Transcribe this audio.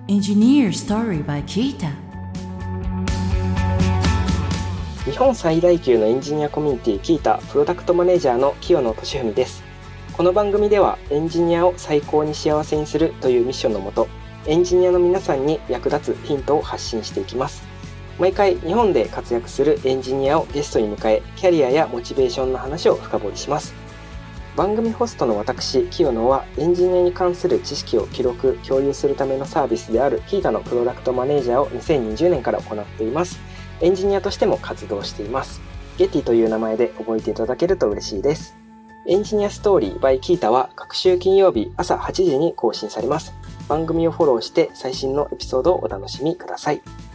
Engineer Story by Kita。 日本最大級のエンジニアコミュニティキータプロダクトマネージャーの清野俊文です。この番組ではエンジニアを最高に幸せにするというミッションのもと、エンジニアの皆さんに役立つヒントを発信していきます。毎回日本で活躍するエンジニアをゲストに迎え、キャリアやモチベーションの話を深掘りします。番組ホストの私、清野はエンジニアに関する知識を記録・共有するためのサービスであるキータのプロダクトマネージャーを2020年から行っています。エンジニアとしても活動しています。ゲティという名前で覚えていただけると嬉しいです。エンジニアストーリー by キータは各週金曜日朝8時に更新されます。番組をフォローして最新のエピソードをお楽しみください。